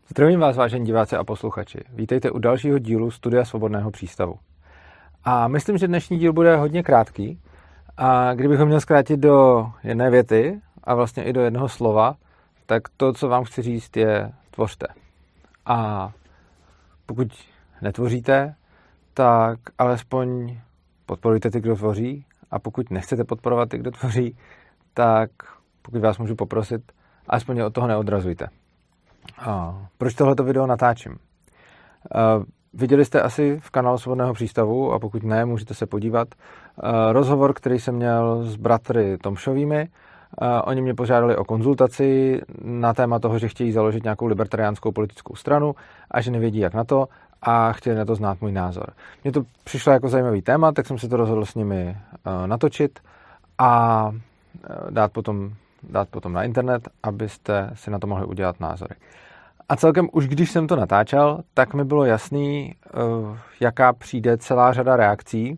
Zdravím vás, vážení diváci a posluchači. Vítejte u dalšího dílu Studia Svobodného přístavu. A myslím, že dnešní díl bude hodně krátký. A kdybych ho měl zkrátit do jedné věty a vlastně i do jednoho slova, tak to, co vám chci říct, je tvořte. A pokud netvoříte, tak alespoň podporujte ty, kdo tvoří. A pokud nechcete podporovat ty, kdo tvoří, tak pokud vás můžu poprosit, alespoň od toho neodrazujte. Proč tohleto video natáčím? Viděli jste asi v kanálu Svobodného přístavu, a pokud ne, můžete se podívat, rozhovor, který jsem měl s bratry Tomšovými. Oni mě požádali o konzultaci na téma toho, že chtějí založit nějakou libertariánskou politickou stranu a že nevědí, jak na to, a chtěli na to znát můj názor. Mně to přišlo jako zajímavý téma, tak jsem se to rozhodl s nimi natočit a dát potom na internet, abyste si na to mohli udělat názory. A celkem už když jsem to natáčel, tak mi bylo jasný, jaká přijde celá řada reakcí.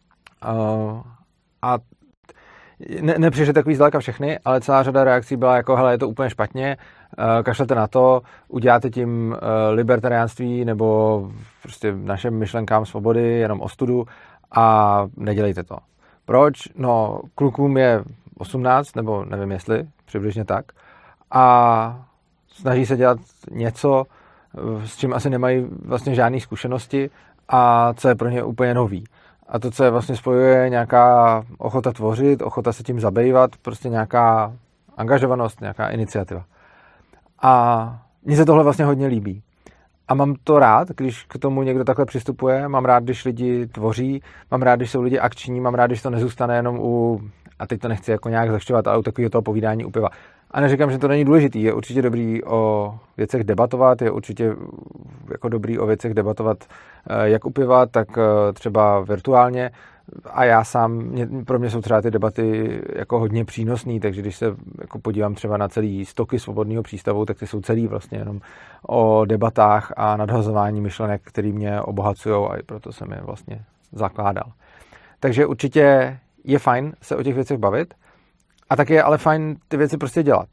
A nepřišly takový zdaleka všechny, ale celá řada reakcí byla jako, hele, je to úplně špatně, kašlete na to, uděláte tím libertariánství nebo prostě našim myšlenkám svobody jenom ostudu a nedělejte to. Proč? No, klukům je 18, nebo nevím jestli, přibližně tak, a snaží se dělat něco, s čím asi nemají vlastně žádné zkušenosti a co je pro ně úplně nový. A to, co je vlastně spojuje, nějaká ochota tvořit, ochota se tím zabývat, prostě nějaká angažovanost, nějaká iniciativa. A mně se tohle vlastně hodně líbí. A mám to rád, když k tomu někdo takhle přistupuje, mám rád, když lidi tvoří, mám rád, když jsou lidi akční, mám rád, když to nezůstane jenom a teď to nechci jako nějak zlehčovat, ale u takového toho povídání u piva. A neříkám, že to není důležitý, je určitě dobrý o věcech debatovat, je určitě jako dobrý o věcech debatovat jak u piva, tak třeba virtuálně. A já sám, pro mě jsou třeba ty debaty jako hodně přínosný, takže když se jako podívám třeba na celý stoky Svobodného přístavu, tak ty jsou celý vlastně jenom o debatách a nadhazování myšlenek, které mě obohacují, a i proto jsem je vlastně zakládal. Takže určitě je fajn se o těch věcech bavit a taky je ale fajn ty věci prostě dělat.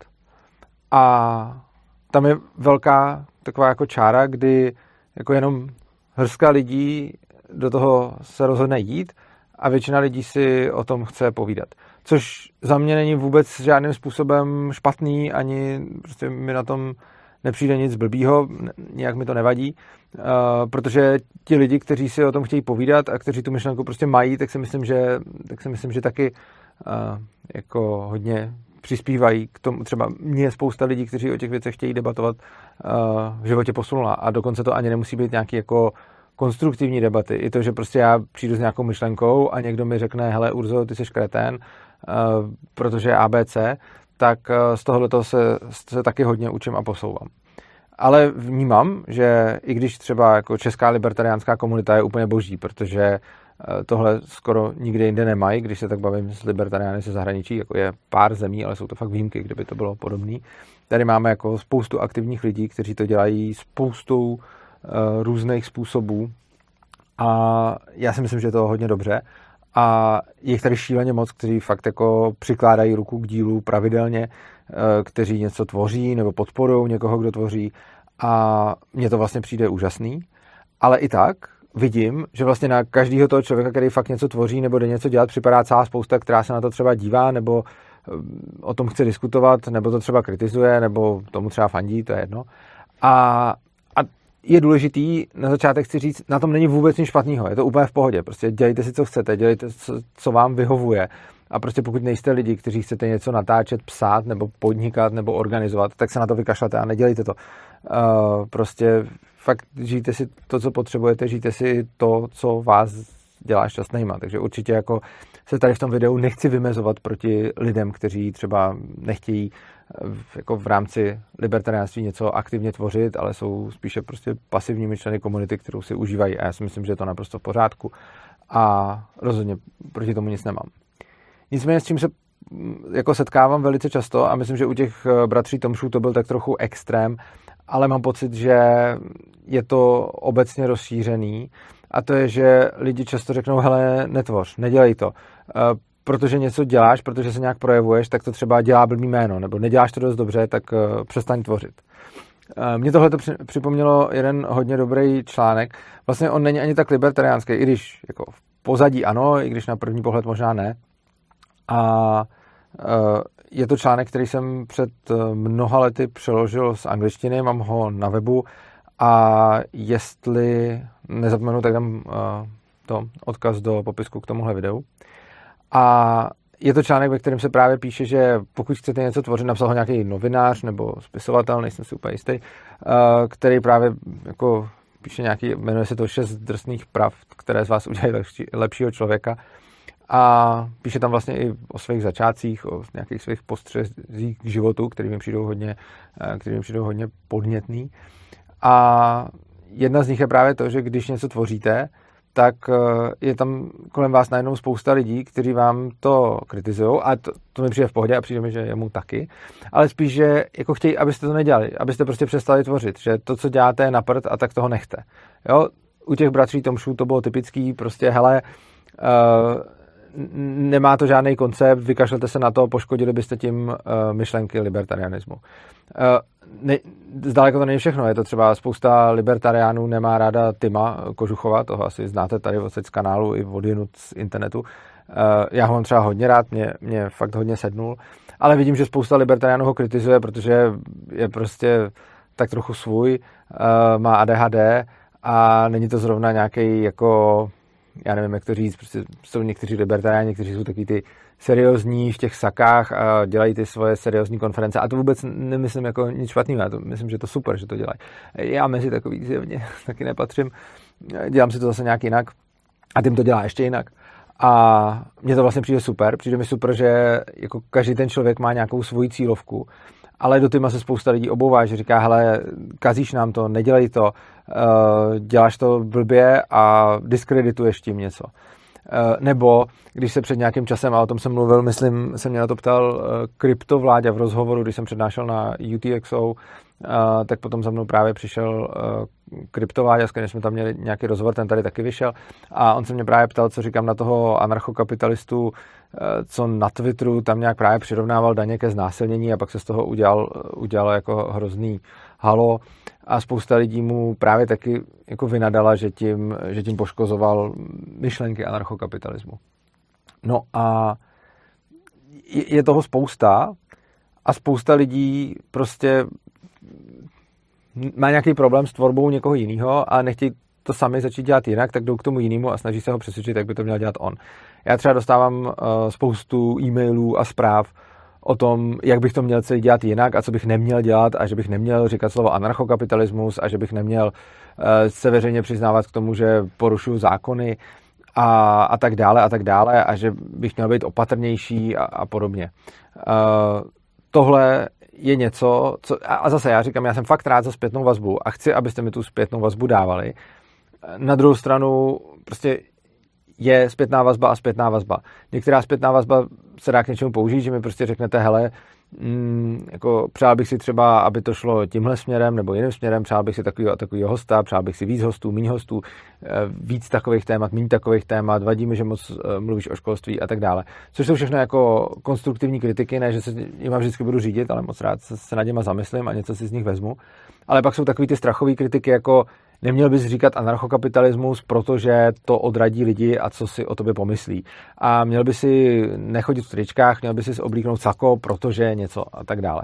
A tam je velká taková jako čára, kdy jako jenom hrstka lidí do toho se rozhodne jít a většina lidí si o tom chce povídat. Což za mě není vůbec žádným způsobem špatný, ani prostě mi na tom nepřijde nic blbýho, nějak mi to nevadí, protože ti lidi, kteří si o tom chtějí povídat a kteří tu myšlenku prostě mají, tak si myslím, že taky jako hodně přispívají k tomu. Třeba mě spousta lidí, kteří o těch věcech chtějí debatovat, v životě posunula, a dokonce to ani nemusí být nějaký jako konstruktivní debaty. I to, že prostě já přijdu s nějakou myšlenkou a někdo mi řekne, hele Urzo, ty jsi kretén, protože ABC, tak z tohoto se taky hodně učím a posouvám. Ale vnímám, že i když třeba jako česká libertariánská komunita je úplně boží, protože tohle skoro nikde jinde nemají, když se tak bavím s libertariány ze zahraničí, jako je pár zemí, ale jsou to fakt výjimky, kde by to bylo podobné. Tady máme jako spoustu aktivních lidí, kteří to dělají spoustou různých způsobů a já si myslím, že je to hodně dobře. A je jich tady šíleně moc, kteří fakt jako přikládají ruku k dílu pravidelně, kteří něco tvoří nebo podporují někoho, kdo tvoří, a mně to vlastně přijde úžasný. Ale i tak vidím, že vlastně na každého toho člověka, který fakt něco tvoří nebo jde něco dělat, připadá celá spousta, která se na to třeba dívá nebo o tom chce diskutovat, nebo to třeba kritizuje, nebo tomu třeba fandí, to je jedno. A je důležitý, na začátek chci říct, na tom není vůbec nic špatného, je to úplně v pohodě, prostě dělejte si, co chcete, dělejte, co vám vyhovuje, a prostě pokud nejste lidi, kteří chcete něco natáčet, psát, nebo podnikat, nebo organizovat, tak se na to vykašlete a nedělejte to. Prostě fakt žijte si to, co potřebujete, žijte si to, co vás dělá šťastnýma, takže určitě jako se tady v tom videu nechci vymezovat proti lidem, kteří třeba nechtějí jako v rámci libertariánství něco aktivně tvořit, ale jsou spíše prostě pasivními členy komunity, kterou si užívají, a já si myslím, že je to naprosto v pořádku a rozhodně proti tomu nic nemám. Nicméně s čím se jako setkávám velice často, a myslím, že u těch bratří Tomšů to byl tak trochu extrém, ale mám pocit, že je to obecně rozšířený, a to je, že lidi často řeknou, hele, netvoř, nedělej to, protože něco děláš, protože se nějak projevuješ, tak to třeba dělá blbý jméno, nebo neděláš to dost dobře, tak přestaň tvořit. Mně tohle to připomnělo jeden hodně dobrý článek. Vlastně on není ani tak libertariánský, i když jako v pozadí ano, i když na první pohled možná ne. A je to článek, který jsem před mnoha lety přeložil z angličtiny, mám ho na webu a jestli nezapomenu, tak dám to odkaz do popisku k tomuhle videu. A je to článek, ve kterém se právě píše, že pokud chcete něco tvořit, napsal ho nějaký novinář nebo spisovatel, nejsem si úplně jistý, který právě jako píše nějaký, jmenuje se to 6 drsných pravd, které z vás udělají lepšího člověka. A píše tam vlastně i o svých začátcích, o nějakých svých postřezích k životu, který mi přijdou hodně podnětný. A jedna z nich je právě to, že když něco tvoříte, tak je tam kolem vás najednou spousta lidí, kteří vám to kritizují a to mi přijde v pohodě a přijde mi, že jemu taky, ale spíš, že jako chtějí, abyste to nedělali, abyste prostě přestali tvořit, že to, co děláte, je na prd a tak toho nechte. Jo? U těch bratří Tomšů to bylo typický, prostě hele, nemá to žádný koncept, vykašlete se na to, poškodili byste tím myšlenky libertarianismu. Zdaleko to není všechno, je to třeba spousta libertariánů nemá ráda Tima Kožuchova, toho asi znáte tady odsaď z kanálu i odjinut z internetu. Já ho mám třeba hodně rád, mě fakt hodně sednul, ale vidím, že spousta libertariánů ho kritizuje, protože je prostě tak trochu svůj, má ADHD a není to zrovna nějaký jako, já nevím, jak to říct, prostě jsou někteří libertariáni, kteří jsou taky ty seriózní v těch sakách a dělají ty svoje seriózní konference a to vůbec nemyslím jako nic špatného, já to myslím, že je to super, že to dělají. Já mezi takový zjevně taky nepatřím, dělám si to zase nějak jinak a tím to dělá ještě jinak. A mně to vlastně přijde mi super, že jako každý ten člověk má nějakou svoji cílovku, ale do týma se spousta lidí obouvá, že říká, hele, kazíš nám to, nedělej to, děláš to blbě a diskredituješ tím něco. Nebo když se před nějakým časem, a o tom jsem mluvil, myslím, se mě na to ptal Kryptovláďa v rozhovoru, když jsem přednášel na UTXO, tak potom za mnou právě přišel Kryptovláďa, s kterým jsme tam měli nějaký rozhovor, ten tady taky vyšel a on se mě právě ptal, co říkám na toho anarchokapitalistu, co na Twitteru tam nějak právě přirovnával daně ke znásilnění a pak se z toho udělalo jako hrozný halo a spousta lidí mu právě taky jako vynadala, že tím poškozoval myšlenky anarchokapitalismu. No a je toho spousta a spousta lidí prostě má nějaký problém s tvorbou někoho jiného a nechtějí to sami začít dělat jinak, tak jdou k tomu jinému a snaží se ho přesvědčit, jak by to měl dělat on. Já třeba dostávám spoustu e-mailů a zpráv o tom, jak bych to měl celý dělat jinak a co bych neměl dělat a že bych neměl říkat slovo anarchokapitalismus a že bych neměl se veřejně přiznávat k tomu, že porušuju zákony a tak dále a že bych měl být opatrnější a podobně. Tohle je něco, a zase já říkám, já jsem fakt rád za zpětnou vazbu a chci, abyste mi tu zpětnou vazbu dávali. Na druhou stranu prostě je zpětná vazba a zpětná vazba. Některá zpětná vazba se dá k něčemu použít, že mi prostě řeknete, hele, jako přál bych si třeba, aby to šlo tímhle směrem nebo jiným směrem, přál bych si takovýho hosta, přál bych si víc hostů, míň hostů, víc takových témat, míň takových témat, vadí mi, že moc mluvíš o školství a tak dále. Což jsou všechno jako konstruktivní kritiky, ne, že se jima vždycky budu řídit, ale moc rád se nad něma zamyslím a něco si z nich vezmu. Ale pak jsou takový ty strachové kritiky, jako neměl bys říkat anarchokapitalismus, protože to odradí lidi a co si o tobě pomyslí. A měl by si nechodit v tričkách, měl by si oblíknout sako, protože něco a tak dále.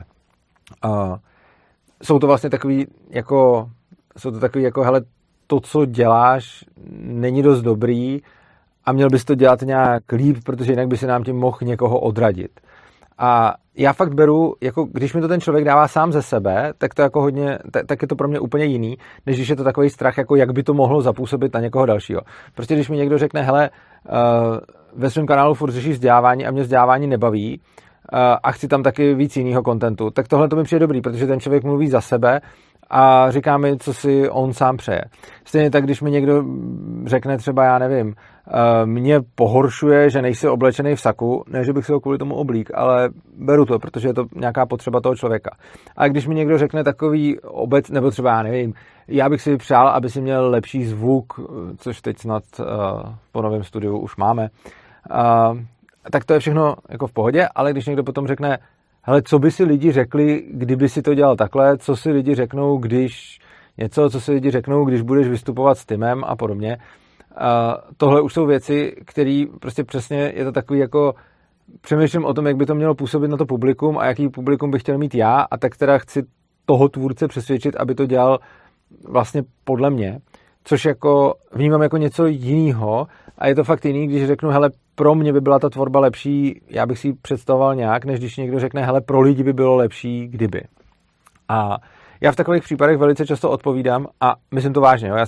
Jsou to vlastně takový jako, hele, to, co děláš, není dost dobrý a měl bys to dělat nějak líp, protože jinak by si nám tím mohl někoho odradit. A já fakt beru, jako když mi to ten člověk dává sám ze sebe, tak to jako hodně, tak je to pro mě úplně jiný, než když je to takový strach, jako jak by to mohlo zapůsobit na někoho dalšího. Prostě když mi někdo řekne, hele, ve svém kanálu furt řešíš vzdělávání a mě vzdělávání nebaví a chci tam taky víc jiného kontentu, tak tohle to mi přijde dobrý, protože ten člověk mluví za sebe a říká mi, co si on sám přeje. Stejně tak, když mi někdo řekne třeba, já nevím, mě pohoršuje, že nejsi oblečený v saku, ne, že bych se ho kvůli tomu oblík, ale beru to, protože je to nějaká potřeba toho člověka. A když mi někdo řekne takový nebo třeba, já nevím, já bych si přál, aby si měl lepší zvuk, což teď snad po novém studiu už máme, tak to je všechno jako v pohodě, ale když někdo potom řekne, hele, co by si lidi řekli, kdyby si to dělal takhle, co si lidi řeknou, když něco, co si lidi řeknou, když budeš vystupovat s Timem a podobně. Tohle už jsou věci, které prostě přesně je to takový jako přemýšlím o tom, jak by to mělo působit na to publikum a jaký publikum bych chtěl mít já a tak teda chci toho tvůrce přesvědčit, aby to dělal vlastně podle mě, což jako vnímám jako něco jiného a je to fakt jiný, když řeknu, hele, pro mě by byla ta tvorba lepší, já bych si ji představoval nějak, než když někdo řekne, hele, pro lidi by bylo lepší, kdyby. A já v takových případech velice často odpovídám a myslím to vážně, jo?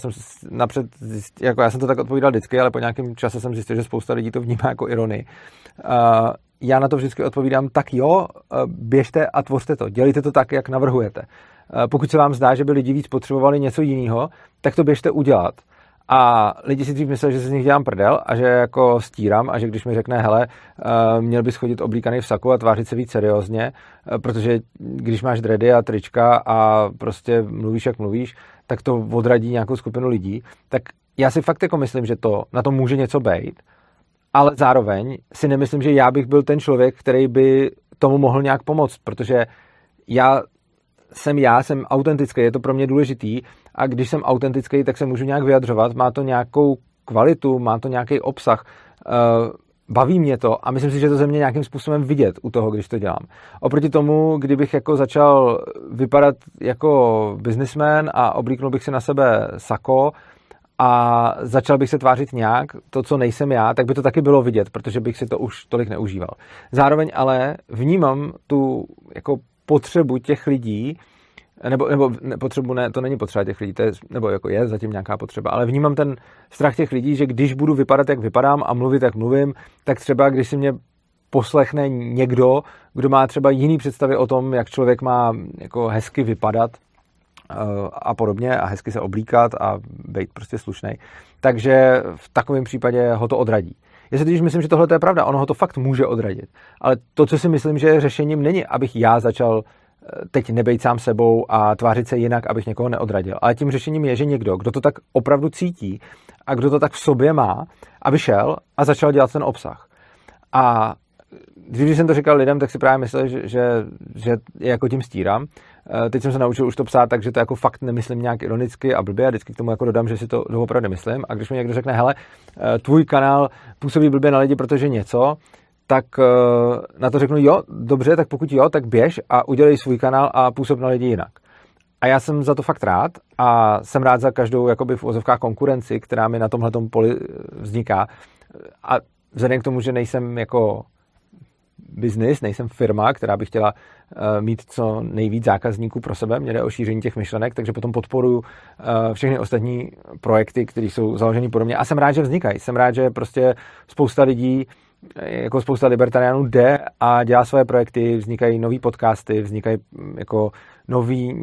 Já jsem to tak odpovídal vždycky, ale po nějakém čase jsem zjistil, že spousta lidí to vnímá jako ironii. Já na to vždycky odpovídám, tak jo, běžte a tvořte to, dělejte to tak, jak navrhujete. Pokud se vám zdá, že by lidi víc potřebovali něco jiného, tak to běžte udělat. A lidi si dřív mysleli, že se z nich dělám prdel a že jako stírám a že když mi řekne, hele, měl bys chodit oblíkaný v saku a tvářit se víc seriózně, protože když máš dready a trička a prostě mluvíš, jak mluvíš, tak to odradí nějakou skupinu lidí. Tak já si fakt jako myslím, že to na tom může něco být, ale zároveň si nemyslím, že já bych byl ten člověk, který by tomu mohl nějak pomoct, protože já jsem autentický, je to pro mě důležitý a když jsem autentický, tak se můžu nějak vyjadřovat, má to nějakou kvalitu, má to nějaký obsah, baví mě to a myslím si, že to ze mě nějakým způsobem vidět u toho, když to dělám. Oproti tomu, kdybych jako začal vypadat jako businessman a oblíknul bych si na sebe sako a začal bych se tvářit nějak, to, co nejsem já, tak by to taky bylo vidět, protože bych si to už tolik neužíval. Zároveň ale vnímám tu jako potřebu těch lidí, nebo potřebu ne, to není potřeba těch lidí, to je, nebo jako je zatím nějaká potřeba, ale vnímám ten strach těch lidí, že když budu vypadat, jak vypadám a mluvit, jak mluvím, tak třeba když si mě poslechne někdo, kdo má třeba jiný představy o tom, jak člověk má jako hezky vypadat a podobně a hezky se oblíkat a být prostě slušnej, takže v takovém případě ho to odradí. Já si totiž myslím, že tohle je pravda, ono ho to fakt může odradit. Ale to, co si myslím, že řešením není, abych já začal teď nebejt sám sebou a tvářit se jinak, abych někoho neodradil. Ale tím řešením je, že někdo, kdo to tak opravdu cítí a kdo to tak v sobě má, aby šel a začal dělat ten obsah. A když jsem to říkal lidem, tak si právě myslel, že je jako tím stírám. Teď jsem se naučil už to psát, takže to jako fakt nemyslím nějak ironicky a blbě a vždycky k tomu jako dodám, že si to doopravdy myslím. A když mi někdo řekne, hele, tvůj kanál působí blbě na lidi, protože něco, tak na to řeknu, jo, dobře, tak pokud jo, tak běž a udělej svůj kanál a působ na lidi jinak. A já jsem za to fakt rád a jsem rád za každou jakoby v uvozovkách konkurenci, která mi na tomhletom poli vzniká. A vzhledem k tomu, že nejsem jako business, nejsem firma, která by chtěla mít co nejvíc zákazníků pro sebe, mě jde o šíření těch myšlenek, takže potom podporuji všechny ostatní projekty, které jsou založeny podobně a jsem rád, že vznikají. Jsem rád, že prostě spousta lidí, jako spousta libertariánů jde a dělá své projekty, vznikají nový podcasty, vznikají jako nový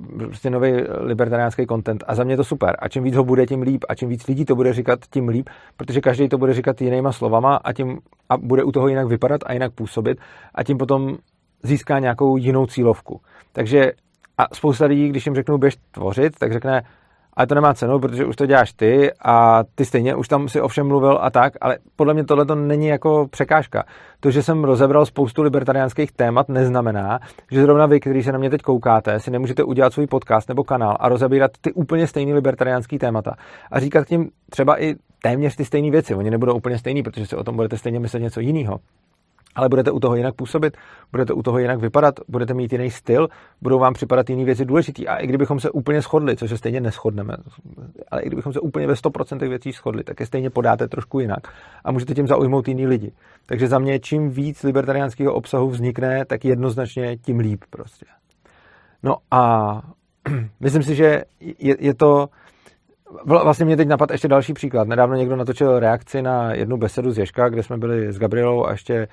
libertariánský content a za mě je to super. A čím víc ho bude, tím líp. A čím víc lidí to bude říkat, tím líp, protože každý to bude říkat jinýma slovama a bude u toho jinak vypadat a jinak působit a tím potom získá nějakou jinou cílovku. Takže a spousta lidí, když jim řeknu běž tvořit, tak řekne, ale to nemá cenu, protože už to děláš ty a ty stejně už tam si o všem mluvil a tak, ale podle mě tohle to není jako překážka. To, že jsem rozebral spoustu libertariánských témat, neznamená, že zrovna vy, kteří se na mě teď koukáte, si nemůžete udělat svůj podcast nebo kanál a rozebírat ty úplně stejný libertariánský témata a říkat k tím třeba i téměř ty stejné věci. Oni nebudou úplně stejný, protože si o tom budete stejně myslet něco jiného. Ale budete u toho jinak působit, budete u toho jinak vypadat, budete mít jiný styl, budou vám připadat jiné věci důležitý. A i kdybychom se úplně shodli, což se stejně neshodneme, ale i kdybychom se úplně ve 100% věcí shodli, tak je stejně podáte trošku jinak a můžete tím zaujmout jiný lidi. Takže za mě čím víc libertariánského obsahu vznikne, tak jednoznačně tím líp prostě. No a myslím si, že je to... Vlastně mě teď napadl ještě další příklad. Nedávno někdo natočil reakci na jednu besedu z Ježka, kde jsme byli s Gabrielou a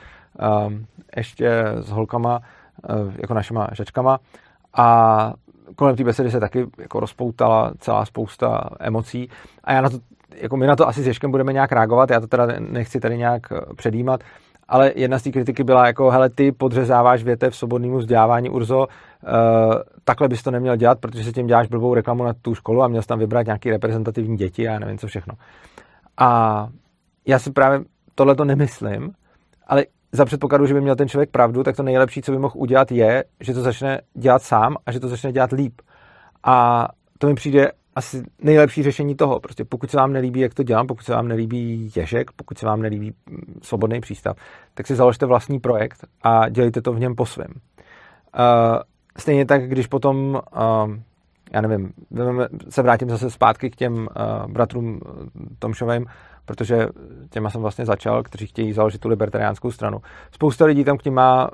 ještě s holkama, jako našima žačkama. A kolem té besedy se taky jako rozpoutala celá spousta emocí. A my na to asi s Ježkem budeme nějak reagovat, já to teda nechci tady nějak předjímat, ale jedna z té kritiky byla jako, hele, ty podřezáváš větev svobodnému vzdělávání, Urzo, takhle bys to neměl dělat, protože si tím děláš blbou reklamu na tu školu a měl jsi tam vybrat nějaký reprezentativní děti a nevím co všechno. A já si právě tohle to nemyslím, ale za předpokladu, že by měl ten člověk pravdu, tak to nejlepší, co by mohl udělat, je, že to začne dělat sám a že to začne dělat líp. A to mi přijde asi nejlepší řešení toho. Prostě pokud se vám nelíbí, jak to dělám, pokud se vám nelíbí Ježek, pokud se vám nelíbí Svobodný přístav, tak si založte vlastní projekt a dělejte to v něm po svém. Stejně tak, když potom, já nevím, se vrátím zase zpátky k těm bratrům Tomšovým, protože těma jsem vlastně začal, kteří chtějí založit tu libertariánskou stranu. Spousta lidí tam k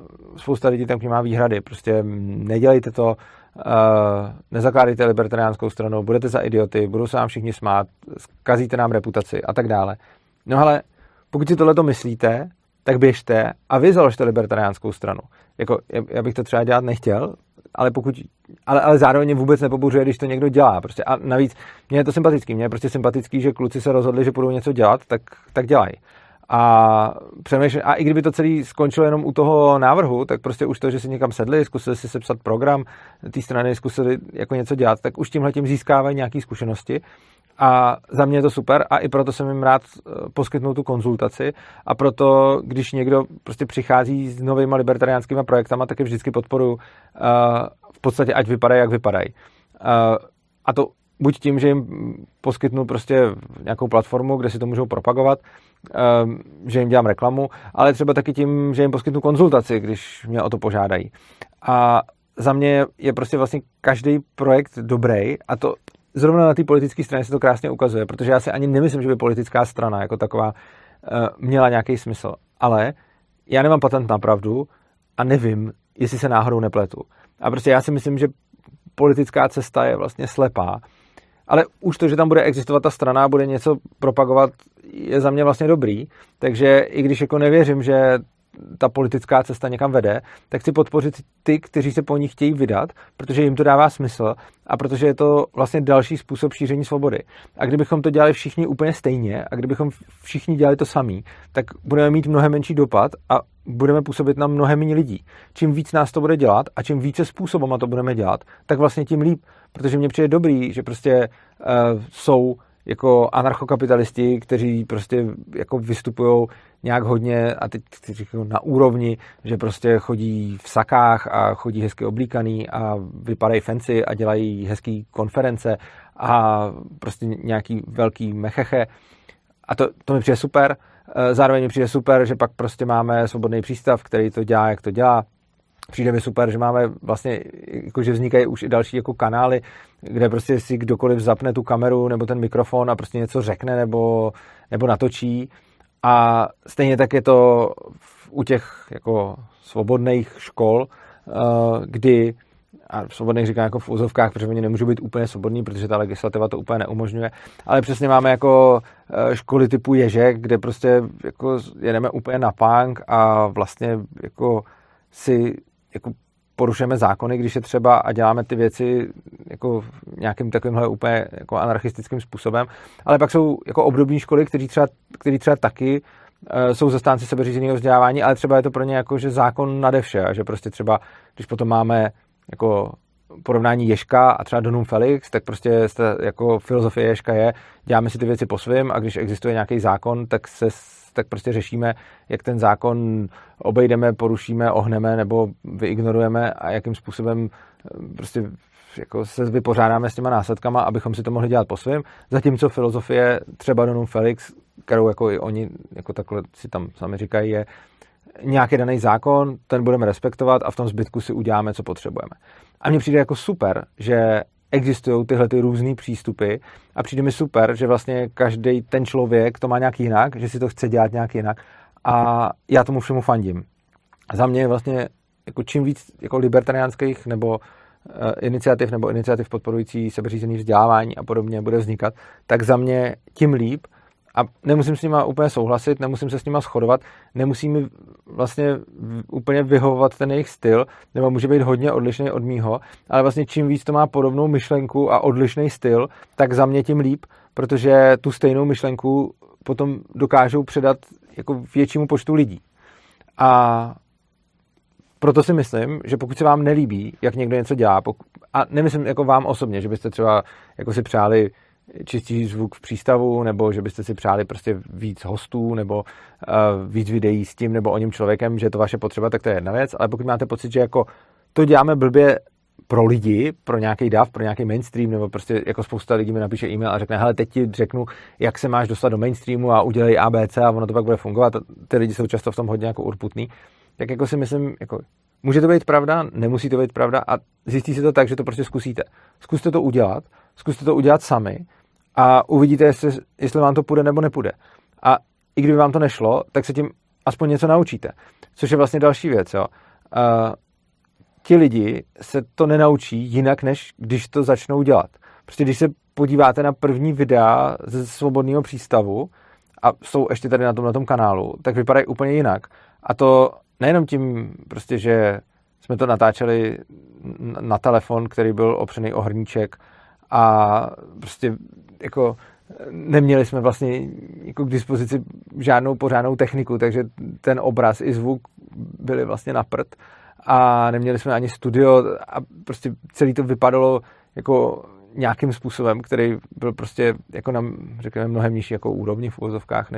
ním má výhrady. Prostě nedělejte to, nezakládejte libertariánskou stranu, budete za idioty, budou se vám všichni smát, zkazíte nám reputaci a tak dále. No ale pokud si tohleto myslíte, tak běžte a vy založte libertariánskou stranu. Jako, já bych to třeba dělat nechtěl, ale zároveň vůbec nepobuřuje, když to někdo dělá. Prostě. A navíc mně je to sympatický. Mně je prostě sympatický, že kluci se rozhodli, že budou něco dělat, tak dělají. A i kdyby to celé skončilo jenom u toho návrhu, tak prostě už to, že si někam sedli, zkusili si sepsat program té strany, zkusili jako něco dělat, tak už tímhletím získávají nějaké zkušenosti. A za mě je to super a i proto jsem jim rád poskytnul tu konzultaci a proto, když někdo prostě přichází s novýma libertariánskými projektama, tak je vždycky podporuji v podstatě, ať vypadají, jak vypadají. A to buď tím, že jim poskytnu prostě nějakou platformu, kde si to můžou propagovat, že jim dělám reklamu, ale třeba taky tím, že jim poskytnu konzultaci, když mě o to požádají. A za mě je prostě vlastně každý projekt dobrý a to zrovna na té politické straně se to krásně ukazuje, protože já si ani nemyslím, že by politická strana jako taková měla nějaký smysl. Ale já nemám patent na pravdu a nevím, jestli se náhodou nepletu. A prostě já si myslím, že politická cesta je vlastně slepá. Ale už to, že tam bude existovat ta strana a bude něco propagovat, je za mě vlastně dobrý. Takže i když jako nevěřím, že ta politická cesta někam vede, tak chci podpořit ty, kteří se po ní chtějí vydat, protože jim to dává smysl a protože je to vlastně další způsob šíření svobody. A kdybychom to dělali všichni úplně stejně a kdybychom všichni dělali to samý, tak budeme mít mnohem menší dopad a budeme působit na mnohem méně lidí. Čím víc nás to bude dělat a čím více způsobama to budeme dělat, tak vlastně tím líp, protože mně přijde dobrý, že prostě jsou jako anarchokapitalisti, kteří prostě jako vystupujou nějak hodně a teď na úrovni, že prostě chodí v sakách a chodí hezky oblíkaný a vypadají fancy a dělají hezký konference a prostě nějaký velký mecheche. A to mi přijde super. Zároveň mi přijde super, že pak prostě máme Svobodný přístav, který to dělá, jak to dělá. Přijde mi super, že máme vlastně, jako že vznikají už i další jako kanály, kde prostě si kdokoliv zapne tu kameru nebo ten mikrofon a prostě něco řekne nebo natočí. A stejně tak je to u těch jako svobodných škol, kdy, a svobodných říkám jako v úzovkách, protože oni nemůžou být úplně svobodní, protože ta legislativa to úplně neumožňuje, ale přesně máme jako školy typu Ježek, kde prostě jako jedeme úplně na punk a vlastně jako si jako porušujeme zákony, když je třeba a děláme ty věci jako nějakým takovýmhle úplně jako anarchistickým způsobem, ale pak jsou jako obdobní školy, který třeba taky jsou zastánci sebeřízeného vzdělávání, ale třeba je to pro ně jako, že zákon nade vše a že prostě třeba, když potom máme jako porovnání Ježka a třeba Donum Felix, tak prostě jako filozofie Ježka je, děláme si ty věci po svým a když existuje nějaký zákon, tak prostě řešíme, jak ten zákon obejdeme, porušíme, ohneme nebo vyignorujeme a jakým způsobem prostě jako se vypořádáme s těma následkama, abychom si to mohli dělat po svým. Zatímco filozofie třeba Donum Felix, kterou jako i oni jako takhle si tam sami říkají, je nějaký daný zákon, ten budeme respektovat a v tom zbytku si uděláme, co potřebujeme. A mně přijde jako super, že existují tyhle ty různý přístupy a přijde mi super, že vlastně každý ten člověk to má nějak jinak, že si to chce dělat nějak jinak a já tomu všemu fandím. Za mě je vlastně jako čím víc jako libertariánských nebo iniciativ podporující sebeřízený vzdělávání a podobně bude vznikat, tak za mě tím líp a nemusím s nima úplně souhlasit, nemusím se s nima shodovat, nemusí mi vlastně úplně vyhovovat ten jejich styl, nebo může být hodně odlišný od mýho, ale vlastně čím víc to má podobnou myšlenku a odlišný styl, tak za mě tím líp, protože tu stejnou myšlenku potom dokážou předat jako většímu počtu lidí. A proto si myslím, že pokud se vám nelíbí, jak někdo něco dělá, a nemyslím jako vám osobně, že byste třeba jako si přáli čistší zvuk v přístavu, nebo že byste si přáli prostě víc hostů, nebo víc videí s tím, nebo o něm člověkem, že je to vaše potřeba, tak to je jedna věc, ale pokud máte pocit, že jako to děláme blbě pro lidi, pro nějaký dav, pro nějaký mainstream, nebo prostě jako spousta lidí mi napíše e-mail a řekne, hele, teď ti řeknu, jak se máš dostat do mainstreamu a udělej ABC a ono to pak bude fungovat. A ty lidi jsou často v tom hodně jako urputný. Tak jako si myslím, jako může to být pravda, nemusí to být pravda a zjistí se to tak, že to prostě zkusíte. Zkuste to udělat sami a uvidíte, jestli vám to půjde nebo nepůjde. A i kdyby vám to nešlo, tak se tím aspoň něco naučíte. Což je vlastně další věc, jo. Ti lidi se to nenaučí jinak, než když to začnou dělat. Prostě když se podíváte na první videa ze Svobodného přístavu a jsou ještě tady na tom kanálu, tak vypadají úplně jinak. A to nejenom tím, prostě, že jsme to natáčeli na telefon, který byl opřený o hrníček a prostě jako neměli jsme vlastně jako k dispozici žádnou pořádnou techniku, takže ten obraz i zvuk byly vlastně na prd a neměli jsme ani studio a prostě celý to vypadalo jako nějakým způsobem, který byl prostě jako na, řekněme, mnohem nižší jako úrovni v uvozovkách,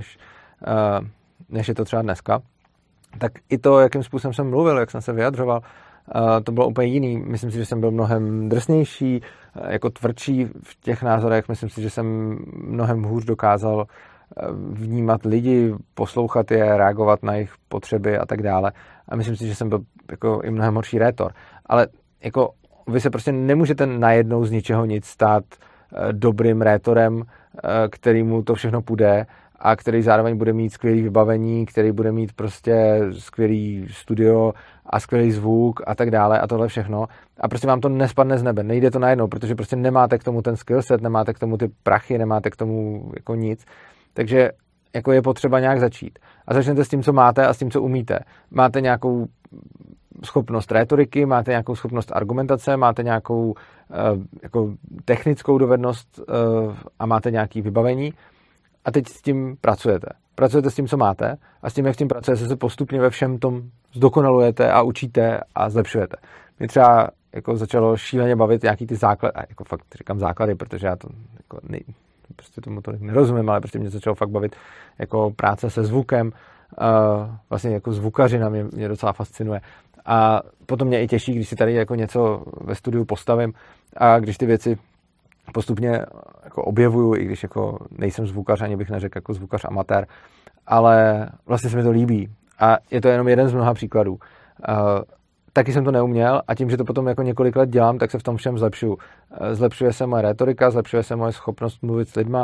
než je to třeba dneska. Tak i to, jakým způsobem jsem mluvil, jak jsem se vyjadřoval, to bylo úplně jiný. Myslím si, že jsem byl mnohem drsnější, jako tvrdší v těch názorech. Myslím si, že jsem mnohem hůř dokázal vnímat lidi, poslouchat je, reagovat na jejich potřeby a tak dále. A myslím si, že jsem byl jako i mnohem horší rétor. Ale jako vy se prostě nemůžete najednou z ničeho nic stát dobrým rétorem, kterýmu to všechno půjde a který zároveň bude mít skvělý vybavení, který bude mít prostě skvělý studio a skvělý zvuk a tak dále a tohle všechno. A prostě vám to nespadne z nebe, nejde to najednou, protože prostě nemáte k tomu ten skillset, nemáte k tomu ty prachy, nemáte k tomu jako nic. Takže jako je potřeba nějak začít. A začnete s tím, co máte a s tím, co umíte. Máte nějakou schopnost rétoriky, máte nějakou schopnost argumentace, máte nějakou jako technickou dovednost a máte nějaké vybavení a teď s tím pracujete. Pracujete s tím, co máte a s tím, jak s tím pracujete, se postupně ve všem tom zdokonalujete a učíte a zlepšujete. Mě třeba jako začalo šíleně bavit nějaký ty základy, a jako fakt říkám základy, protože já to jako prostě tomu tolik nerozumím, ale prostě mě začalo fakt bavit jako práce se zvukem, vlastně jako zvukařina mě docela fascinuje. A potom mě i těší, když si tady jako něco ve studiu postavím a když ty věci postupně jako objevuju, i když jako nejsem zvukař, ani bych neřekl jako zvukař amatér, ale vlastně se mi to líbí. A je to jenom jeden z mnoha příkladů. Taky jsem to neuměl a tím, že to potom jako několik let dělám, tak se v tom všem zlepšuju. Zlepšuje se moje rétorika, zlepšuje se moje schopnost mluvit s lidma,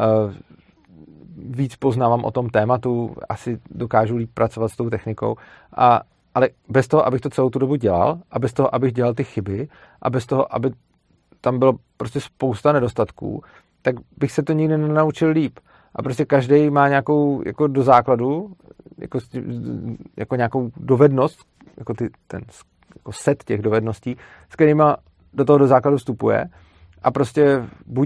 víc poznávám o tom tématu, asi dokážu líp pracovat s tou technikou, ale bez toho, abych to celou tu dobu dělal a bez toho, abych dělal ty chyby a bez toho, aby tam bylo prostě spousta nedostatků, tak bych se to nikdy nenaučil líp. A prostě každý má nějakou jako do základu, jako nějakou dovednost, jako ten jako set těch dovedností, s kterýma do toho do základu vstupuje a prostě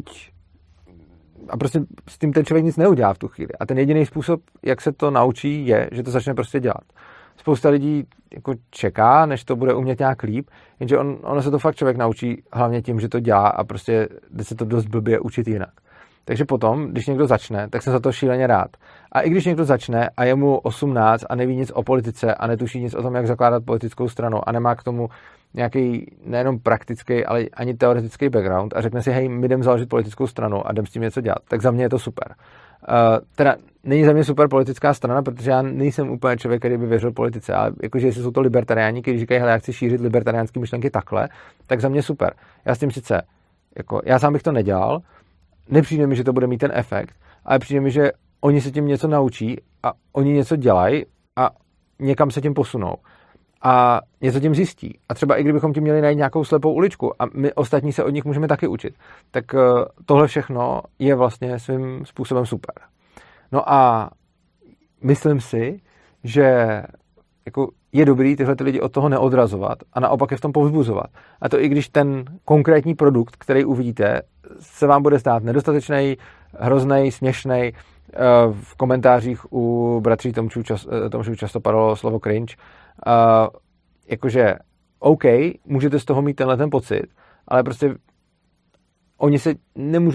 s tím ten člověk nic neudělá v tu chvíli. A ten jediný způsob, jak se to naučí, je, že to začne prostě dělat. Spousta lidí jako čeká, než to bude umět nějak líp, jenže ono se to fakt člověk naučí hlavně tím, že to dělá a prostě jde se to dost blbě učit jinak. Takže potom, když někdo začne, tak jsem za to šíleně rád. A i když někdo začne a je mu 18 a neví nic o politice a netuší nic o tom, jak zakládat politickou stranu a nemá k tomu nějaký nejenom praktický, ale ani teoretický background a řekne si, hej, my jdem založit politickou stranu a jdem s tím něco dělat, tak za mě je to super. Teda není za mě super politická strana, protože já nejsem úplně člověk, který by věřil politice, ale jakože jestli jsou to libertariáni, kteří říkají, hele, já chci šířit libertariánské myšlenky takhle, tak za mě super. Já s tím sice, jako, já sám bych to nedělal, nepřijde mi, že to bude mít ten efekt, ale přijde mi, že oni se tím něco naučí a oni něco dělají a někam se tím posunou. A něco tím zjistí. A třeba i kdybychom tím měli najít nějakou slepou uličku a my ostatní se od nich můžeme taky učit, tak tohle všechno je vlastně svým způsobem super. No a myslím si, že jako je dobrý tyhle ty lidi od toho neodrazovat a naopak je v tom povzbuzovat. A to i když ten konkrétní produkt, který uvidíte, se vám bude zdát nedostatečný, hrozný, směšný. V komentářích u bratří Tomšů často padalo slovo cringe. Jakože OK, můžete z toho mít tenhle ten pocit, ale prostě oni se nemůžou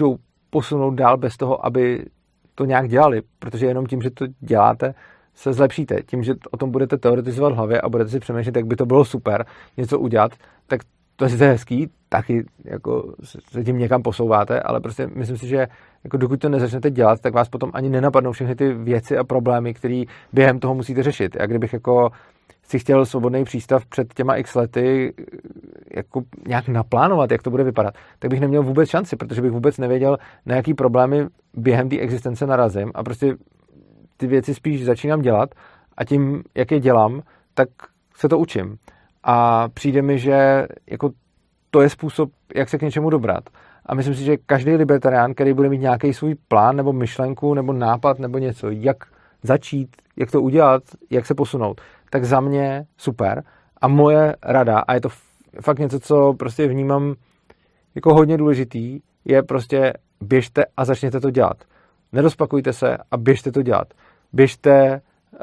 posunout dál bez toho, aby to nějak dělali, protože jenom tím, že to děláte, se zlepšíte. Tím, že o tom budete teoretizovat v hlavě a budete si přemýšlet, jak by to bylo super něco udělat, tak to je sice hezký, taky jako se tím někam posouváte, ale prostě myslím si, že jako dokud to nezačnete dělat, tak vás potom ani nenapadnou všechny ty věci a problémy, které během toho musíte řešit. Já kdybych jako si chtěl svobodný přístav před těma x lety jako nějak naplánovat, jak to bude vypadat, tak bych neměl vůbec šanci, protože bych vůbec nevěděl, na jaký problémy během té existence narazím a prostě ty věci spíš začínám dělat a tím, jak je dělám, tak se to učím. A přijde mi, že jako to je způsob, jak se k něčemu dobrat. A myslím si, že každý libertarián, který bude mít nějaký svůj plán nebo myšlenku nebo nápad nebo něco, jak začít, jak to udělat, jak se posunout, tak za mě super. A moje rada, a je to fakt něco, co prostě vnímám jako hodně důležitý, je prostě běžte a začněte to dělat. Nerozpakujte se a běžte to dělat. Běžte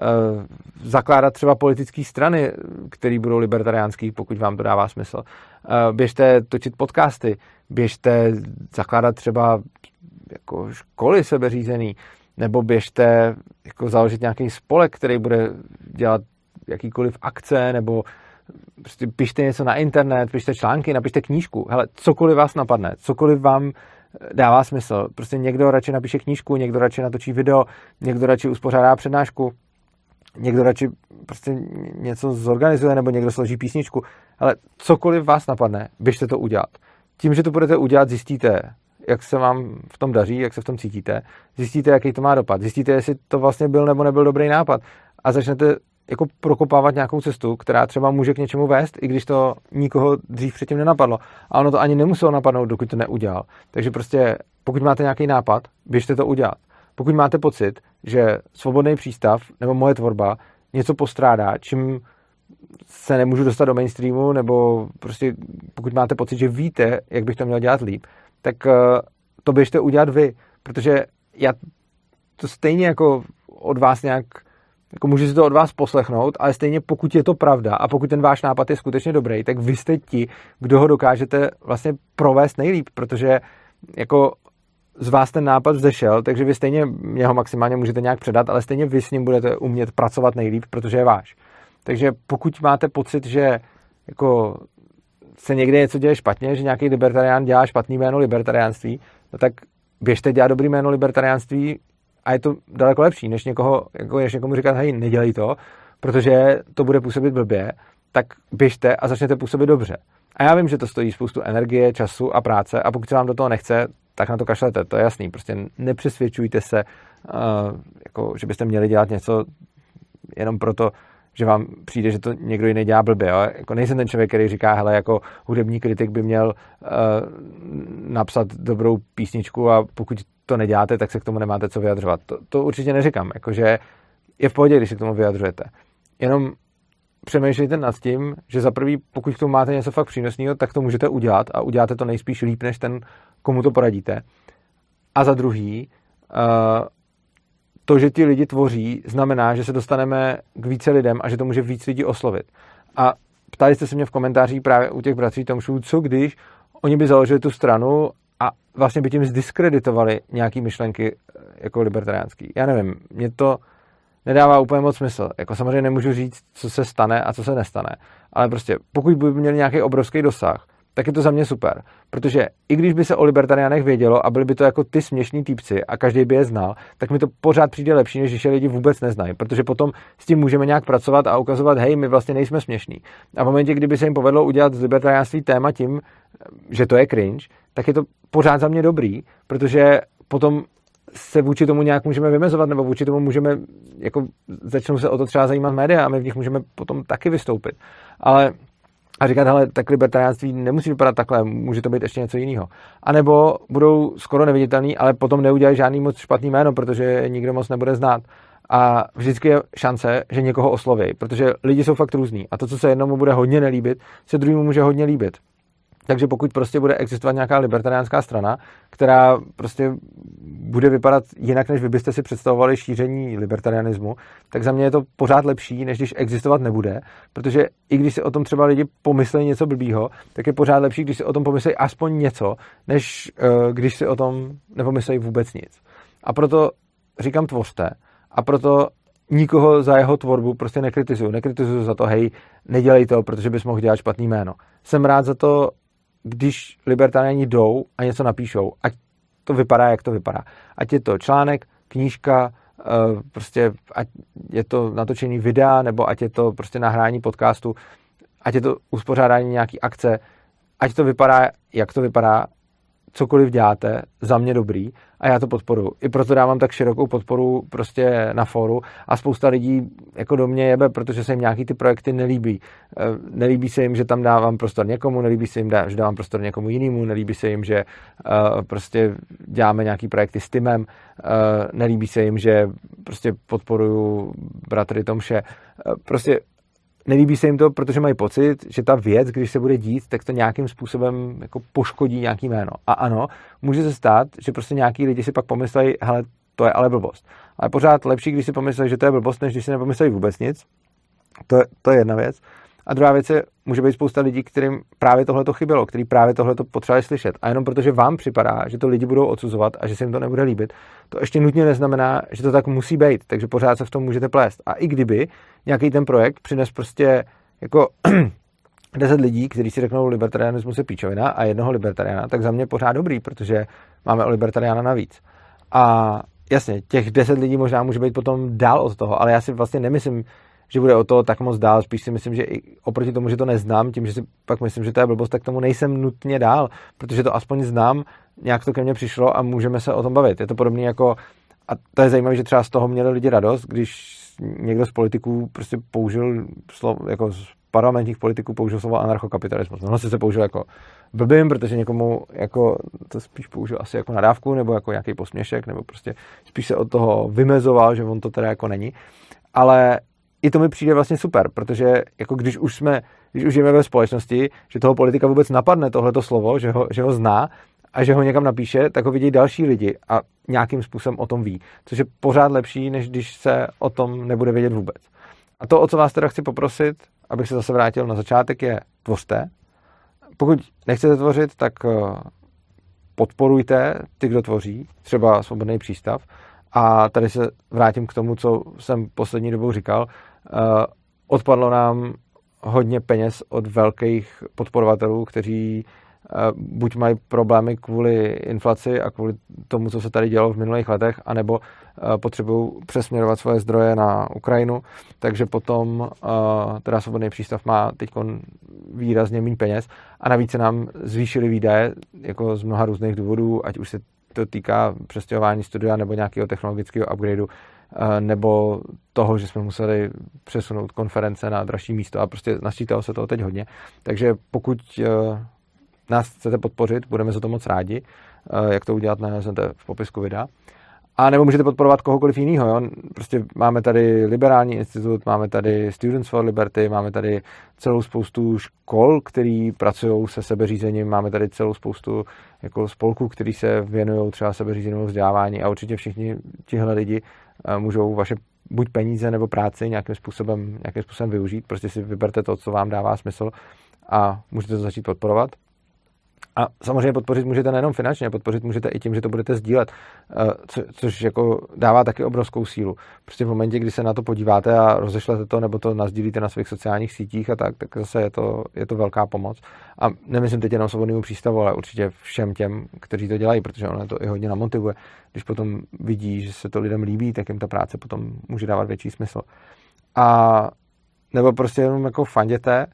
zakládat třeba politické strany, které budou libertariánský, pokud vám to dává smysl. Běžte točit podcasty, běžte zakládat třeba jako školy sebeřízený, nebo běžte jako založit nějaký spolek, který bude dělat jakýkoliv akce, nebo prostě pište něco na internet, pište články, napište knížku. Hele, cokoliv vás napadne, cokoliv vám dává smysl. Prostě někdo radši napíše knížku, někdo radši natočí video, někdo radši uspořádá přednášku, někdo radši prostě něco zorganizuje, nebo někdo složí písničku. Ale cokoliv vás napadne, běžte to udělat. Tím, že to budete udělat, zjistíte, jak se vám v tom daří, jak se v tom cítíte, zjistíte, jaký to má dopad, zjistíte, jestli to vlastně byl nebo nebyl dobrý nápad a začnete jako prokopávat nějakou cestu, která třeba může k něčemu vést, i když to nikoho dřív předtím nenapadlo. A ono to ani nemuselo napadnout, dokud to neudělal. Takže prostě, pokud máte nějaký nápad, běžte to udělat. Pokud máte pocit, že svobodný přístav nebo moje tvorba něco postrádá, čím se nemůžu dostat do mainstreamu, nebo prostě pokud máte pocit, že víte, jak bych to měl dělat líp, tak to běžte udělat vy, protože já to stejně jako od vás nějak jako můžu si to od vás poslechnout, ale stejně pokud je to pravda a pokud ten váš nápad je skutečně dobrý, tak vy jste ti, kdo ho dokážete vlastně provést nejlíp, protože jako z vás ten nápad vzešel, takže vy stejně mě ho maximálně můžete nějak předat, ale stejně vy s ním budete umět pracovat nejlíp, protože je váš. Takže pokud máte pocit, že jako se někde něco děje špatně, že nějaký libertarián dělá špatný jméno libertariánství, no tak běžte dělat dobrý jméno libertariánství a je to daleko lepší, než někomu říkat, hej, nedělej to, protože to bude působit blbě, tak běžte a začněte působit dobře. A já vím, že to stojí spoustu energie, času a práce a pokud se vám do toho nechce, tak na to kašlete, to je jasný. Prostě nepřesvědčujte se, jako, že byste měli dělat něco jenom proto, že vám přijde, že to někdo jiný dělá blbě. Jo? Jako nejsem ten člověk, který říká, hele, jako hudební kritik by měl napsat dobrou písničku a pokud to neděláte, tak se k tomu nemáte co vyjadřovat. To určitě neříkám, jakože je v pohodě, když se k tomu vyjadřujete. Jenom přemýšlejte nad tím, že za prvý, pokud k tomu máte něco fakt přínosného, tak to můžete udělat a uděláte to nejspíš líp, než ten, komu to poradíte. A za druhý, to, že ti lidi tvoří, znamená, že se dostaneme k více lidem a že to může víc lidí oslovit. A ptali jste se mě v komentářích právě u těch bratří Tomšů, co když oni by založili tu stranu a vlastně by tím zdiskreditovali nějaký myšlenky jako libertariánský. Já nevím, mě to nedává úplně moc smysl. Jako samozřejmě nemůžu říct, co se stane a co se nestane. Ale prostě pokud by měli nějaký obrovský dosah, tak je to za mě super. Protože i když by se o libertariánech vědělo a byli by to jako ty směšní týpci a každý by je znal, tak mi to pořád přijde lepší, než když je lidi vůbec neznají. Protože potom s tím můžeme nějak pracovat a ukazovat, hej, my vlastně nejsme směšní. A v momentě, kdyby se jim povedlo udělat z libertariánství téma tím, že to je cringe, tak je to pořád za mě dobrý, protože potom se vůči tomu nějak můžeme vymezovat, nebo vůči tomu můžeme, jako začnou se o to třeba zajímat média a my v nich můžeme potom taky vystoupit. Ale a říkat, hele, tak libertariánství nemusí vypadat takhle, může to být ještě něco jiného. A nebo budou skoro neviditelný, ale potom neudělají žádný moc špatný jméno, protože nikdo moc nebude znát. A vždycky je šance, že někoho osloví, protože lidi jsou fakt různý. A to, co se jednomu bude hodně nelíbit, se druhému může hodně líbit. Takže pokud prostě bude existovat nějaká libertariánská strana, která prostě bude vypadat jinak, než vy byste si představovali šíření libertarianismu, tak za mě je to pořád lepší, než když existovat nebude, protože i když si o tom třeba lidi pomyslejí něco blbýho, tak je pořád lepší, když si o tom pomyslejí aspoň něco, než když si o tom nepomyslejí vůbec nic. A proto říkám tvořte a proto nikoho za jeho tvorbu prostě nekritizuju. Nekritizuju za to, hej, nedělej to, protože bys mohl dělat špatný jméno. Jsem rád za to, když libertariáni jdou a něco napíšou, ať to vypadá, jak to vypadá. Ať je to článek, knížka, prostě ať je to natočený videa, nebo ať je to prostě nahrání podcastu, ať je to uspořádání nějaký akce, ať to vypadá, jak to vypadá, cokoliv děláte, za mě dobrý a já to podporuji. I proto dávám tak širokou podporu prostě na fóru a spousta lidí jako do mě jebe, protože se jim nějaký ty projekty nelíbí. Nelíbí se jim, že tam dávám prostor někomu, nelíbí se jim, že dávám prostor někomu jinému, nelíbí se jim, že prostě děláme nějaký projekty s Timem, nelíbí se jim, že prostě podporuju bratry Tomše. Prostě nelíbí se jim to, protože mají pocit, že ta věc, když se bude dít, tak to nějakým způsobem jako poškodí nějaký jméno. A ano, může se stát, že prostě nějaký lidi si pak pomyslejí, hele, to je ale blbost. Ale pořád lepší, když si pomyslejí, že to je blbost, než když si nepomyslejí vůbec nic. To je jedna věc. A druhá věc je, může být spousta lidí, kterým právě tohle to chybělo, který právě tohle to potřebovali slyšet. A jenom protože vám připadá, že to lidi budou odsuzovat a že se jim to nebude líbit, to ještě nutně neznamená, že to tak musí být. Takže pořád se v tom můžete plést. A i kdyby nějaký ten projekt přines prostě jako 10 lidí, kteří si řeknou libertarianismus je píčovina a jednoho libertariána, tak za mě pořád dobrý, protože máme o libertariána navíc. A jasně, těch 10 lidí možná může být potom dál od toho, ale já si vlastně nemyslím, že bude o to tak moc dál, spíš si myslím, že i oproti tomu, že to neznám, tím, že si pak myslím, že to je blbost, tak tomu nejsem nutně dál, protože to aspoň znám, nějak to ke mně přišlo a můžeme se o tom bavit. Je to podobné jako, a to je zajímavé, že třeba z toho měli lidi radost, když někdo z politiků prostě použil slovo, jako z parlamentních politiků použil slovo anarchokapitalismus. Mohlo se použil jako blbým, protože někomu jako to spíš použil asi jako nadávku, nebo jako nějaký posměšek, nebo prostě spíš se od toho vymezoval, že on to teda jako není. Ale i to mi přijde vlastně super, protože jako když už žijeme ve společnosti, že toho politika vůbec napadne tohleto slovo, že ho zná a že ho někam napíše, tak ho vidí další lidi a nějakým způsobem o tom ví. Což je pořád lepší, než když se o tom nebude vědět vůbec. A to, o co vás teda chci poprosit, abych se zase vrátil na začátek, je tvořte. Pokud nechcete tvořit, tak podporujte ty, kdo tvoří, třeba Svobodný přístav. A tady se vrátím k tomu, co jsem poslední dobou říkal. Odpadlo nám hodně peněz od velkých podporovatelů, kteří buď mají problémy kvůli inflaci a kvůli tomu, co se tady dělo v minulých letech, anebo potřebují přesměrovat svoje zdroje na Ukrajinu, takže potom teda Svobodný přístav má teď výrazně méně peněz a navíc se nám zvýšily výdaje jako z mnoha různých důvodů, ať už se to týká přestěhování studia nebo nějakého technologického upgradeu, nebo toho, že jsme museli přesunout konference na dražší místo a prostě nasčítalo se toho teď hodně. Takže pokud nás chcete podpořit, budeme za to moc rádi. Jak to udělat, naleznete v popisku videa. A nebo můžete podporovat kohokoliv jiného. Jo? Prostě máme tady Liberální institut, máme tady Students for Liberty, máme tady celou spoustu škol, který pracují se sebeřízením, máme tady celou spoustu jako spolků, který se věnují třeba sebeřízenému vzdělávání a určitě všichni tihle lidi můžou vaše buď peníze nebo práci nějakým způsobem využít. Prostě si vyberte to, co vám dává smysl a můžete to začít podporovat. A samozřejmě podpořit můžete nejenom finančně, podpořit můžete i tím, že to budete sdílet, což jako dává taky obrovskou sílu. Prostě v momentě, kdy se na to podíváte a rozešlete to, nebo to nasdílíte na svých sociálních sítích a tak zase je to velká pomoc. A nemyslím teď jenom Svobodnému přístavu, ale určitě všem těm, kteří to dělají, protože ono to i hodně namotivuje. Když potom vidí, že se to lidem líbí, tak jim ta práce potom může dávat větší smysl. A nebo prostě jenom jako fanděte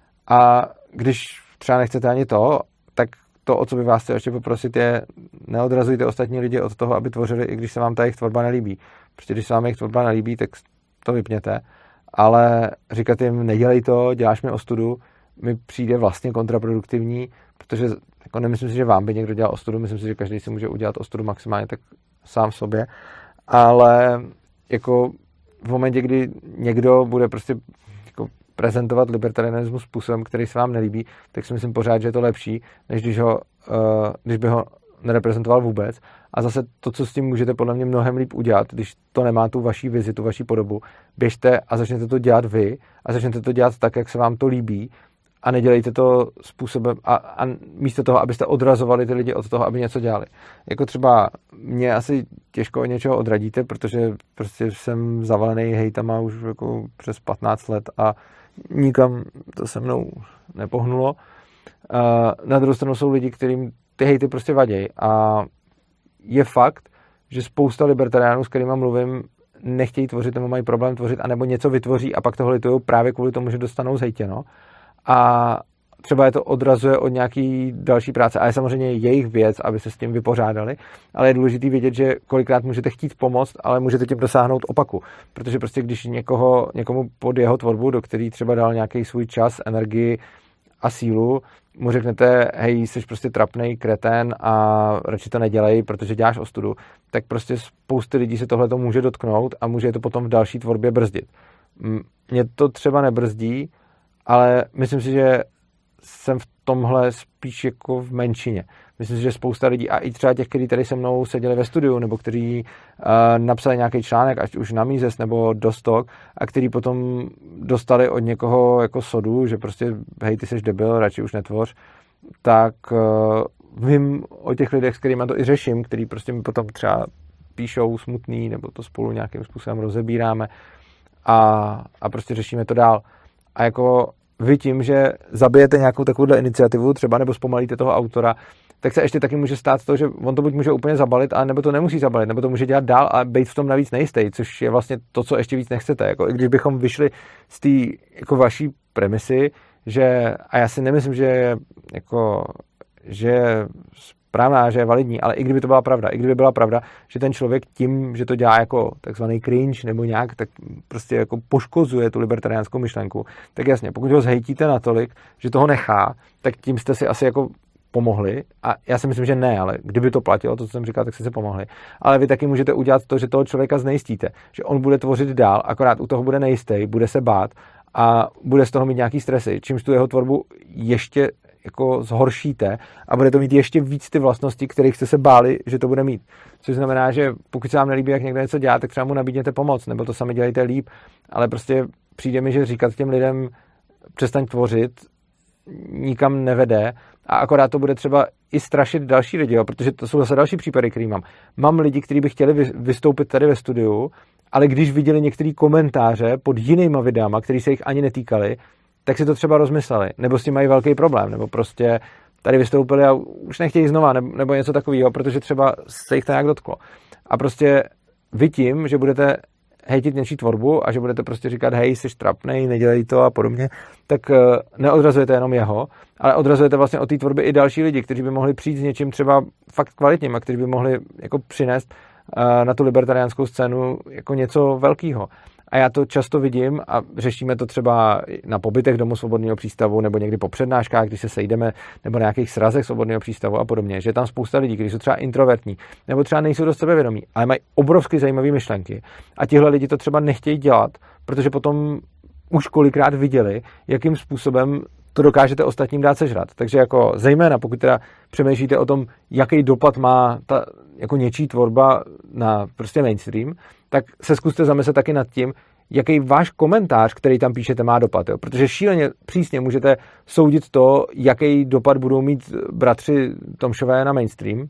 a když třeba nechcete ani to, tak to, o co by vás chtěl ještě poprosit, je neodrazujte ostatní lidi od toho, aby tvořili, i když se vám ta jejich tvorba nelíbí. Prostě když se vám jejich tvorba nelíbí, tak to vypněte, ale říkat jim, nedělej to, děláš mi ostudu, mi přijde vlastně kontraproduktivní, protože jako nemyslím si, že vám by někdo dělal ostudu, myslím si, že každý si může udělat ostudu maximálně tak sám sobě, ale jako v momentě, kdy někdo bude prostě jako prezentovat libertarianismus způsobem, který se vám nelíbí, tak si myslím pořád, že je to lepší, než když by ho nereprezentoval vůbec. A zase to, co s tím můžete podle mě mnohem líp udělat, když to nemá tu vaší vizi, tu vaší podobu, běžte a začněte to dělat vy a začněte to dělat tak, jak se vám to líbí a nedělejte to způsobem a místo toho, abyste odrazovali ty lidi od toho, aby něco dělali. Jako třeba mě asi těžko od něčeho odradíte, protože prostě jsem zavalený hejtama už jako přes 15 let a nikam to se mnou nepohnulo. Na druhou stranu jsou lidi, kterým ty hejty prostě vadějí a je fakt, že spousta libertariánů, s kterýma mluvím, nechtějí tvořit nebo mají problém tvořit, anebo něco vytvoří a pak toho litujou právě kvůli tomu, že dostanou zhejtěno. A třeba je to odrazuje od nějaký další práce. A je samozřejmě jejich věc, aby se s tím vypořádali, ale je důležité vědět, že kolikrát můžete chtít pomoct, ale můžete tím dosáhnout opaku. Protože prostě když někomu pod jeho tvorbu, do který třeba dal nějaký svůj čas, energii a sílu, mu řeknete, hej, jsi prostě trapnej kretén a radši to nedělej, protože děláš ostudu, tak prostě spousty lidí se tohle to může dotknout a může to potom v další tvorbě brzdit. Mě to třeba nebrzdí, ale myslím si, že jsem v tomhle spíš jako v menšině. Myslím si, že spousta lidí, a i třeba těch, kteří tady se mnou seděli ve studiu, nebo kteří napsali nějaký článek, ať už na Mises nebo do Stock, a kteří potom dostali od někoho jako sodu, že prostě hej, ty jsi debil, radši už netvoř, tak vím o těch lidech, s kterými to i řeším, který prostě mi potom třeba píšou smutný, nebo to spolu nějakým způsobem rozebíráme a prostě řešíme to dál. A jako vy tím, že zabijete nějakou takovouhle iniciativu třeba nebo zpomalíte toho autora, tak se ještě taky může stát to, že on to buď může úplně zabalit, a nebo to nemusí zabalit, nebo to může dělat dál a být v tom navíc nejistý, což je vlastně to, co ještě víc nechcete. Jako, i když bychom vyšli z té jako vaší premisy, že, a já si nemyslím, že je správná, že je validní, ale i kdyby to byla pravda, i kdyby byla pravda, že ten člověk tím, že to dělá jako takzvaný cringe nebo nějak, tak prostě jako poškozuje tu libertariánskou myšlenku, tak jasně, pokud ho zhejtíte natolik, že toho nechá, tak tím jste si asi jako pomohli, a já si myslím, že ne, ale kdyby to platilo, to, co jsem říkal, tak jste si pomohli. Ale vy taky můžete udělat to, že toho člověka znejistíte, že on bude tvořit dál, akorát u toho bude nejistý, bude se bát a bude z toho mít nějaký stresy, čímž tu jeho tvorbu ještě jako zhoršíte a bude to mít ještě víc ty vlastnosti, kterých jste se báli, že to bude mít. Což znamená, že pokud se vám nelíbí, jak někdo něco dělá, tak třeba mu nabídněte pomoc, nebo to sami dělejte líp, ale prostě přijde mi, že říkat těm lidem přestaň tvořit nikam nevede a akorát to bude třeba i strašit další lidi, jo, protože to jsou zase další případy, který mám. Mám lidi, kteří by chtěli vystoupit tady ve studiu, ale když viděli některé komentáře pod jinýma videama, které se jich ani netýkaly, tak si to třeba rozmysleli, nebo s tím mají velký problém, nebo prostě tady vystoupili a už nechtějí znova, nebo něco takového, protože třeba se jich to nějak dotklo. A prostě vy tím, že budete hejtit něčí tvorbu a že budete prostě říkat, hej, jsi trapnej, nedělej to a podobně, tak neodrazujete jenom jeho, ale odrazujete vlastně od té tvorby i další lidi, kteří by mohli přijít s něčím třeba fakt kvalitním a kteří by mohli jako přinést na tu libertariánskou scénu jako něco velkého. A já to často vidím a řešíme to třeba na pobytech Domu svobodného přístavu nebo někdy po přednáškách, když se sejdeme, nebo na nějakých srazech svobodného přístavu a podobně, že je tam spousta lidí, kteří jsou třeba introvertní nebo třeba nejsou dost sebevědomí, ale mají obrovsky zajímavé myšlenky. A tihle lidi to třeba nechtějí dělat, protože potom už kolikrát viděli, jakým způsobem to dokážete ostatním dát sežrat. Takže jako zejména, pokud teda přemýšlíte o tom, jaký dopad má ta jako něčí tvorba na prostě mainstream, tak se zkuste zamyslet taky nad tím, jaký váš komentář, který tam píšete, má dopad. Jo? Protože šíleně přísně můžete soudit to, jaký dopad budou mít bratři Tomšové na mainstream.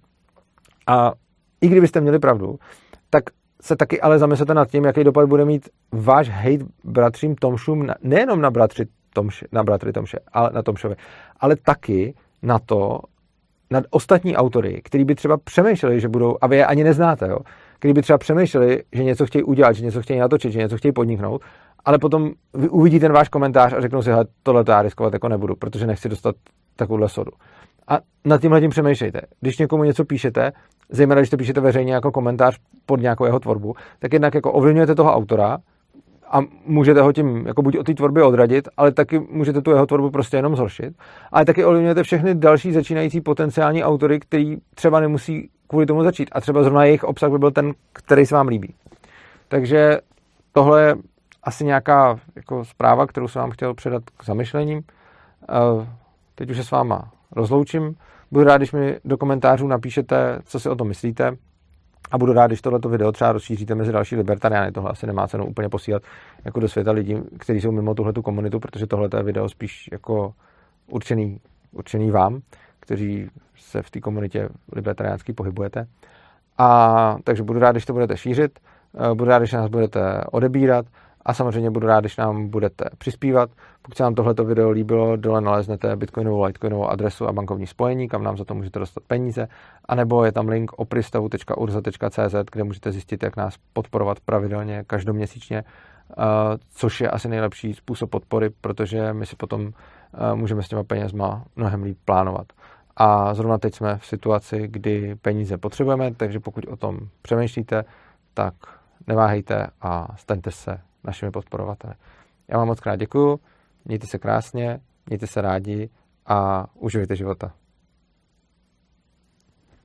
A i kdybyste měli pravdu, tak se taky ale zamyslete nad tím, jaký dopad bude mít váš hejt bratřím Tomšům, nejenom na bratry Tomše, ale na Tomšovi, ale taky na to, na ostatní autory, kteří by třeba přemýšleli, že budou, a vy je ani neznáte, jo, kteří by třeba přemýšleli, že něco chtějí udělat, že něco chtějí natočit, že něco chtějí podniknout, ale potom vy uvidíte ten váš komentář a řeknou si, hele, tohle já riskovat jako nebudu, protože nechci dostat takovouhle sodu. A nad tímhletím přemýšlejte. Když někomu něco píšete, zejména když to píšete veřejně jako komentář pod nějakou jeho tvorbu, tak jednak jako ovlivňujete toho autora a můžete ho tím jako buď od té tvorby odradit, ale taky můžete tu jeho tvorbu prostě jenom zhoršit. Ale taky ovlivňujete všechny další začínající potenciální autory, který třeba nemusí kvůli tomu začít. A třeba zrovna jejich obsah by byl ten, který se vám líbí. Takže tohle je asi nějaká jako zpráva, kterou jsem vám chtěl předat k zamyšlením. Teď už se s váma rozloučím. Budu rád, když mi do komentářů napíšete, co si o tom myslíte. A budu rád, když tohleto video třeba rozšíříte mezi další libertariány. Tohle asi nemá cenu úplně posílat jako do světa lidí, kteří jsou mimo tuhletu komunitu, protože tohle je video spíš jako určený vám, kteří se v té komunitě libertariánský pohybujete. A takže budu rád, když to budete šířit, budu rád, když nás budete odebírat a samozřejmě budu rád, když nám budete přispívat. Pokud se vám tohleto video líbilo, dole naleznete bitcoinovou, litecoinovou adresu a bankovní spojení, kam nám za to můžete dostat peníze, anebo je tam link opristavu.urza.cz, kde můžete zjistit, jak nás podporovat pravidelně, každoměsíčně, což je asi nejlepší způsob podpory, protože my si potom můžeme s těma penězma mnohem líp plánovat. A zrovna teď jsme v situaci, kdy peníze potřebujeme, takže pokud o tom přemýšlíte, tak neváhejte a staňte se našimi podporovateli. Já vám moc krát děkuju, mějte se krásně, mějte se rádi a užijte života.